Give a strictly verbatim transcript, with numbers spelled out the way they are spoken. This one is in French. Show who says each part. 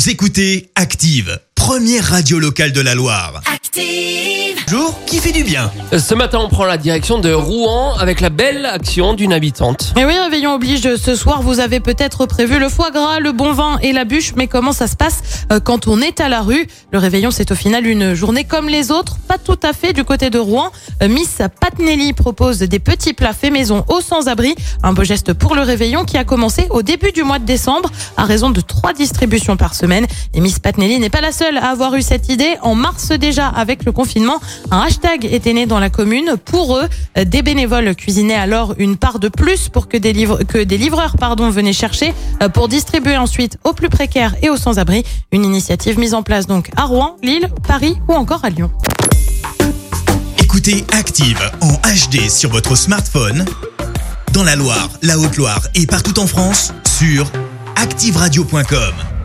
Speaker 1: Vous écoutez Active, première radio locale de la Loire.
Speaker 2: Active.
Speaker 1: Jour qui fait du bien.
Speaker 3: Ce matin, on prend la direction de Rouen avec la belle action d'une habitante.
Speaker 4: Et oui, réveillon oblige, ce soir, vous avez peut-être prévu le foie gras, le bon vin et la bûche, mais comment ça se passe euh, quand on est à la rue? Le réveillon, c'est au final une journée comme les autres, pas tout à fait du côté de Rouen. Euh, Miss Patnelli propose des petits plats faits maison aux sans-abri, un beau geste pour le réveillon qui a commencé au début du mois de décembre à raison de trois distributions par semaine. Et Miss Patnelli n'est pas la seule à avoir eu cette idée. En mars déjà, avec le confinement, un hashtag était né dans la commune. Pour eux, des bénévoles cuisinaient alors une part de plus pour que des, livres, que des livreurs pardon, venaient chercher pour distribuer ensuite aux plus précaires et aux sans-abri. Une initiative mise en place donc à Rouen, Lille, Paris ou encore à Lyon.
Speaker 1: Écoutez Active en H D sur votre smartphone, dans la Loire, la Haute-Loire et partout en France, sur active radio point com.